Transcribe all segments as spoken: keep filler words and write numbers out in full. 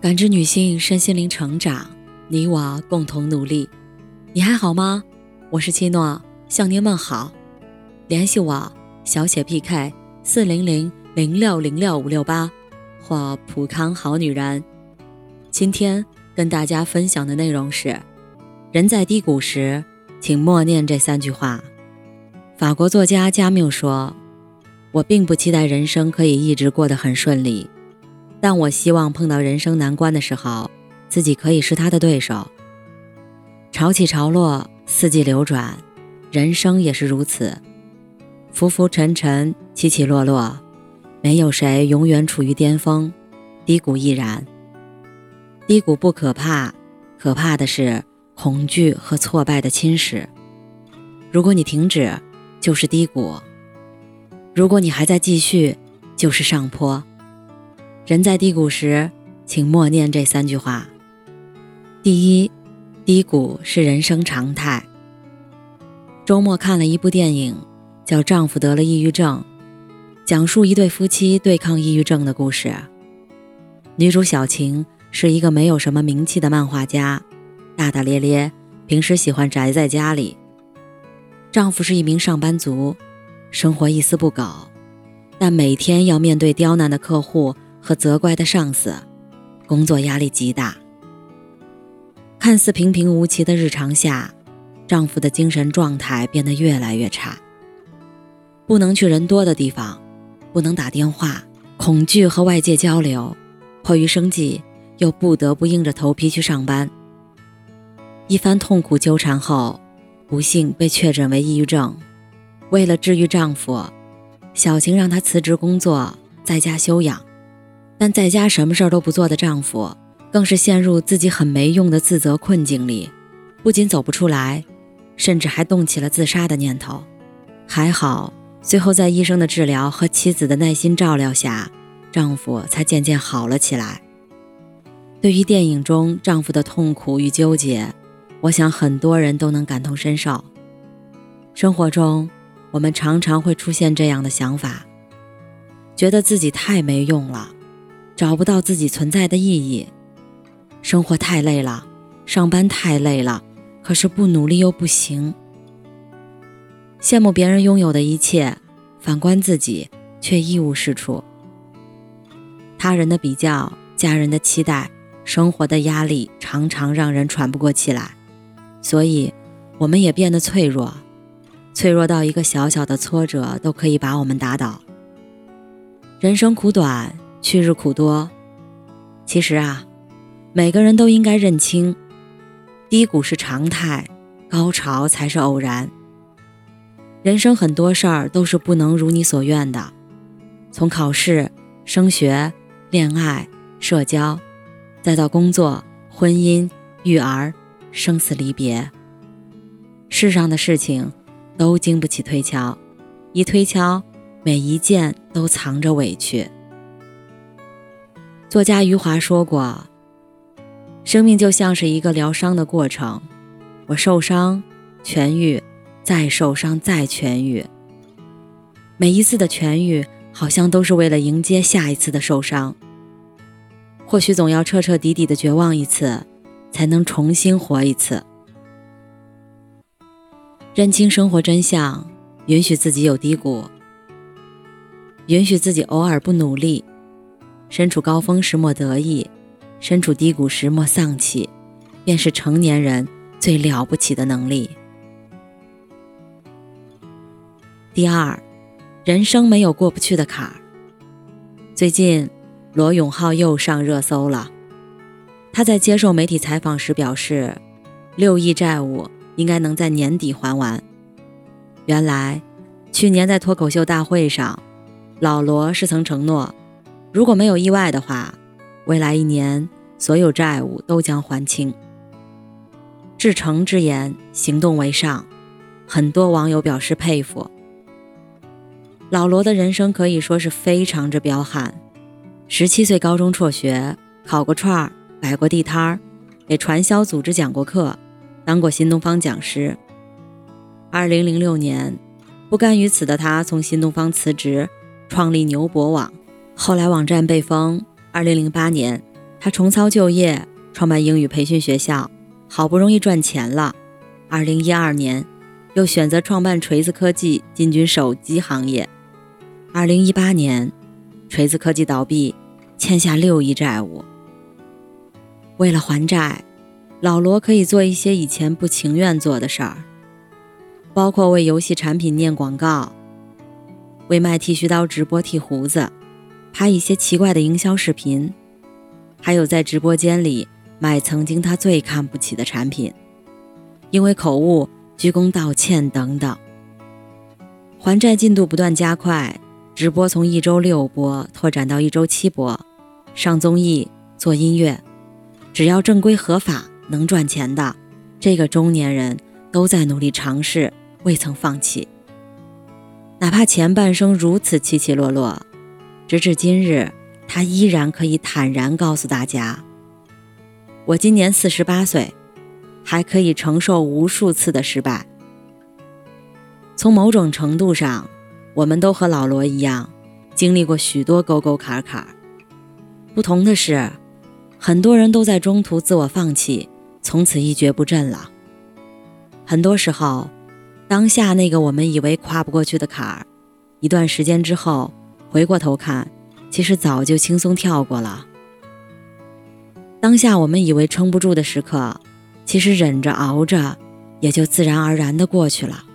感知女性身心灵成长，你我共同努力。你还好吗？我是七诺，向您问好。联系我小写 P K 四零零零六零六五六八或普康好女人。今天跟大家分享的内容是：人在低谷时，请默念这三句话。法国作家加缪说，我并不期待人生可以一直过得很顺利，但我希望碰到人生难关的时候，自己可以是他的对手。潮起潮落，四季流转，人生也是如此，浮浮沉沉，起起落落，没有谁永远处于巅峰，低谷亦然。低谷不可怕，可怕的是恐惧和挫败的侵蚀。如果你停止，就是低谷；如果你还在继续，就是上坡。人在低谷时，请默念这三句话。第一，低谷是人生常态。周末看了一部电影，叫《丈夫得了抑郁症》，讲述一对夫妻对抗抑郁症的故事。女主小晴是一个没有什么名气的漫画家，大大咧咧，平时喜欢宅在家里。丈夫是一名上班族，生活一丝不苟，但每天要面对刁难的客户和责怪的上司，工作压力极大。看似平平无奇的日常下，丈夫的精神状态变得越来越差。不能去人多的地方，不能打电话，恐惧和外界交流，迫于生计，又不得不硬着头皮去上班。一番痛苦纠缠后，不幸被确诊为抑郁症。为了治愈丈夫，小晴让他辞职工作，在家休养。但在家什么事儿都不做的丈夫，更是陷入自己很没用的自责困境里，不仅走不出来，甚至还动起了自杀的念头。还好，最后在医生的治疗和妻子的耐心照料下，丈夫才渐渐好了起来。对于电影中丈夫的痛苦与纠结，我想很多人都能感同身受。生活中，我们常常会出现这样的想法，觉得自己太没用了，找不到自己存在的意义。生活太累了，上班太累了，可是不努力又不行。羡慕别人拥有的一切，反观自己却一无是处。他人的比较，家人的期待，生活的压力常常让人喘不过气来，所以我们也变得脆弱，脆弱到一个小小的挫折都可以把我们打倒。人生苦短，去日苦多。其实啊，每个人都应该认清，低谷是常态，高潮才是偶然。人生很多事儿都是不能如你所愿的，从考试、升学、恋爱、社交，再到工作、婚姻、育儿、生死离别。世上的事情都经不起推敲，一推敲，每一件都藏着委屈。作家余华说过，生命就像是一个疗伤的过程，我受伤，痊愈，再受伤，再痊愈。每一次的痊愈，好像都是为了迎接下一次的受伤。或许总要彻彻底底的绝望一次，才能重新活一次。认清生活真相，允许自己有低谷，允许自己偶尔不努力，身处高峰时莫得意，身处低谷时莫丧气，便是成年人最了不起的能力。第二，人生没有过不去的坎儿。最近罗永浩又上热搜了。他在接受媒体采访时表示，六亿债务应该能在年底还完。原来去年在脱口秀大会上，老罗是曾承诺，如果没有意外的话，未来一年所有债务都将还清。至诚之言，行动为上，很多网友表示佩服。老罗的人生可以说是非常之彪悍，十七岁高中辍学，烤过串儿，摆过地摊儿，给传销组织讲过课，当过新东方讲师。二零零六年，不甘于此的他从新东方辞职，创立牛博网，后来网站被封。二零零八年， 他重操旧业，创办英语培训学校，好不容易赚钱了。二零一二年又选择创办锤子科技，进军手机行业。二零一八年锤子科技倒闭，欠下六亿债务。为了还债，老罗可以做一些以前不情愿做的事儿，包括为游戏产品念广告，为卖剃须刀直播剃胡子，拍一些奇怪的营销视频，还有在直播间里卖曾经他最看不起的产品，因为口误鞠躬道歉等等。还债进度不断加快，直播从一周六播拓展到一周七播，上综艺做音乐，只要正规合法能赚钱的，这个中年人都在努力尝试，未曾放弃。哪怕前半生如此起起落落，直至今日，他依然可以坦然告诉大家，我今年四十八岁，还可以承受无数次的失败。从某种程度上，我们都和老罗一样，经历过许多沟沟坎坎。不同的是，很多人都在中途自我放弃，从此一蹶不振了。很多时候，当下那个我们以为跨不过去的坎儿，一段时间之后回过头看，其实早就轻松跳过了。当下我们以为撑不住的时刻，其实忍着熬着，也就自然而然地过去了。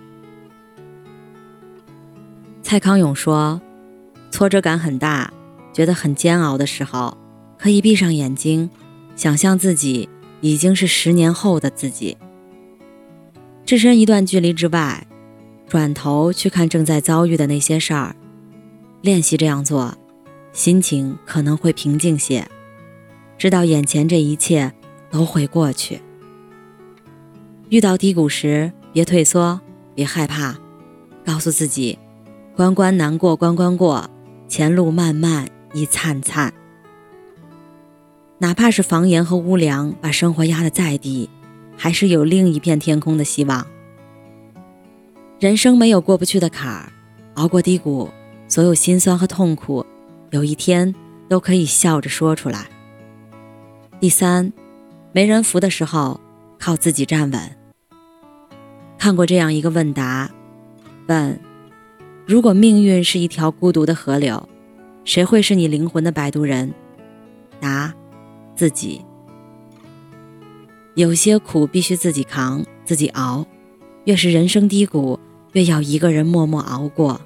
蔡康永说，挫折感很大，觉得很煎熬的时候，可以闭上眼睛，想象自己已经是十年后的自己。置身一段距离之外，转头去看正在遭遇的那些事儿，练习这样做，心情可能会平静些，知道眼前这一切都会过去。遇到低谷时，别退缩，别害怕，告诉自己，关关难过关关过，前路漫漫一灿灿。哪怕是房檐和屋梁把生活压得再低，还是有另一片天空的希望。人生没有过不去的坎儿，熬过低谷，所有心酸和痛苦，有一天都可以笑着说出来。第三，没人扶的时候，靠自己站稳。看过这样一个问答，问，如果命运是一条孤独的河流，谁会是你灵魂的摆渡人？答，自己。有些苦必须自己扛，自己熬，越是人生低谷，越要一个人默默熬过。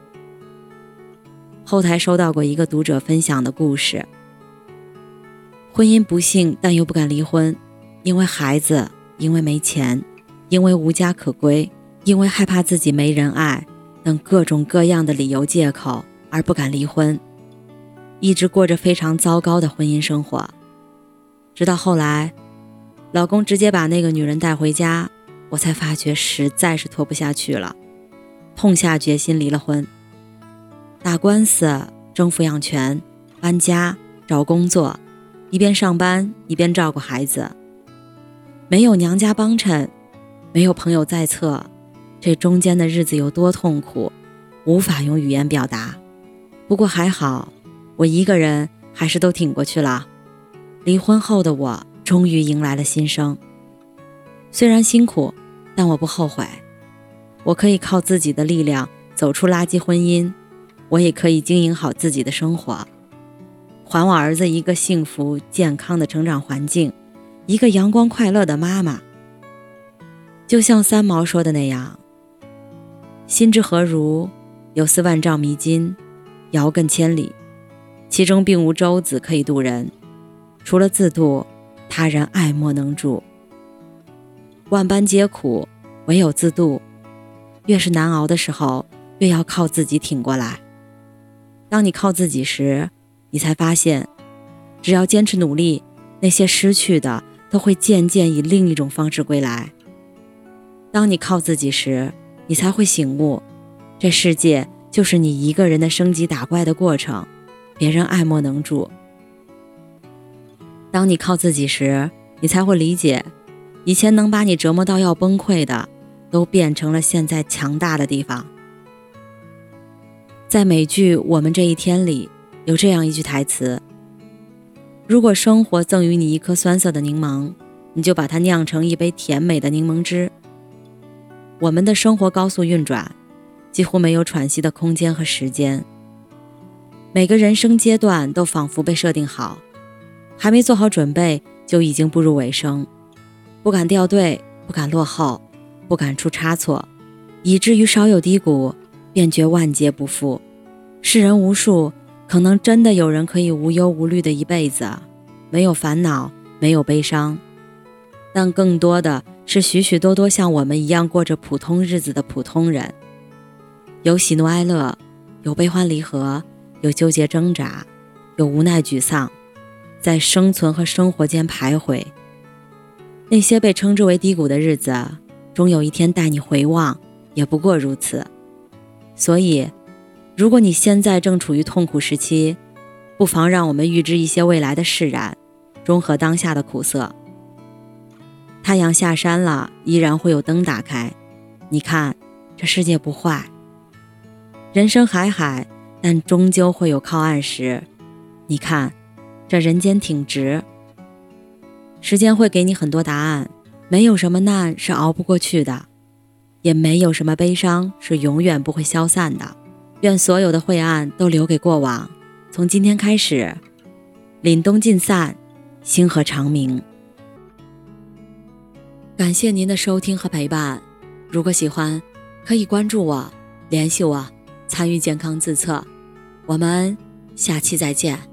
后台收到过一个读者分享的故事，婚姻不幸但又不敢离婚，因为孩子，因为没钱，因为无家可归，因为害怕自己没人爱等各种各样的理由借口而不敢离婚，一直过着非常糟糕的婚姻生活。直到后来，老公直接把那个女人带回家，我才发觉实在是拖不下去了，痛下决心离了婚。打官司，争抚养权，搬家，找工作，一边上班一边照顾孩子，没有娘家帮衬，没有朋友在侧，这中间的日子有多痛苦，无法用语言表达。不过还好，我一个人还是都挺过去了。离婚后的我终于迎来了新生，虽然辛苦，但我不后悔。我可以靠自己的力量走出垃圾婚姻，我也可以经营好自己的生活，还我儿子一个幸福健康的成长环境，一个阳光快乐的妈妈。就像三毛说的那样，心之何如，有似万丈迷津，遥亘千里，其中并无舟子可以渡人，除了自渡，他人爱莫能助。万般皆苦，唯有自渡。越是难熬的时候，越要靠自己挺过来。当你靠自己时，你才发现，只要坚持努力，那些失去的都会渐渐以另一种方式归来。当你靠自己时，你才会醒悟，这世界就是你一个人的升级打怪的过程，别人爱莫能助。当你靠自己时，你才会理解，以前能把你折磨到要崩溃的，都变成了现在强大的地方。在美剧《我们这一天》里，有这样一句台词： 如果生活赠予你一颗酸涩的柠檬，你就把它酿成一杯甜美的柠檬汁。我们的生活高速运转，几乎没有喘息的空间和时间。每个人生阶段都仿佛被设定好，还没做好准备就已经步入尾声，不敢掉队，不敢落后，不敢出差错，以至于稍有低谷便觉万劫不复。世人无数，可能真的有人可以无忧无虑的一辈子，没有烦恼，没有悲伤，但更多的是许许多多像我们一样过着普通日子的普通人，有喜怒哀乐，有悲欢离合，有纠结挣扎，有无奈沮丧，在生存和生活间徘徊。那些被称之为低谷的日子，终有一天带你回望，也不过如此。所以如果你现在正处于痛苦时期，不妨让我们预知一些未来的释然，中和当下的苦涩。太阳下山了，依然会有灯打开。你看，这世界不坏。人生海海，但终究会有靠岸时。你看，这人间挺直。时间会给你很多答案，没有什么难是熬不过去的，也没有什么悲伤是永远不会消散的。愿所有的晦暗都留给过往，从今天开始，凛冬尽散，星河长明。感谢您的收听和陪伴，如果喜欢，可以关注我，联系我，参与健康自测。我们下期再见。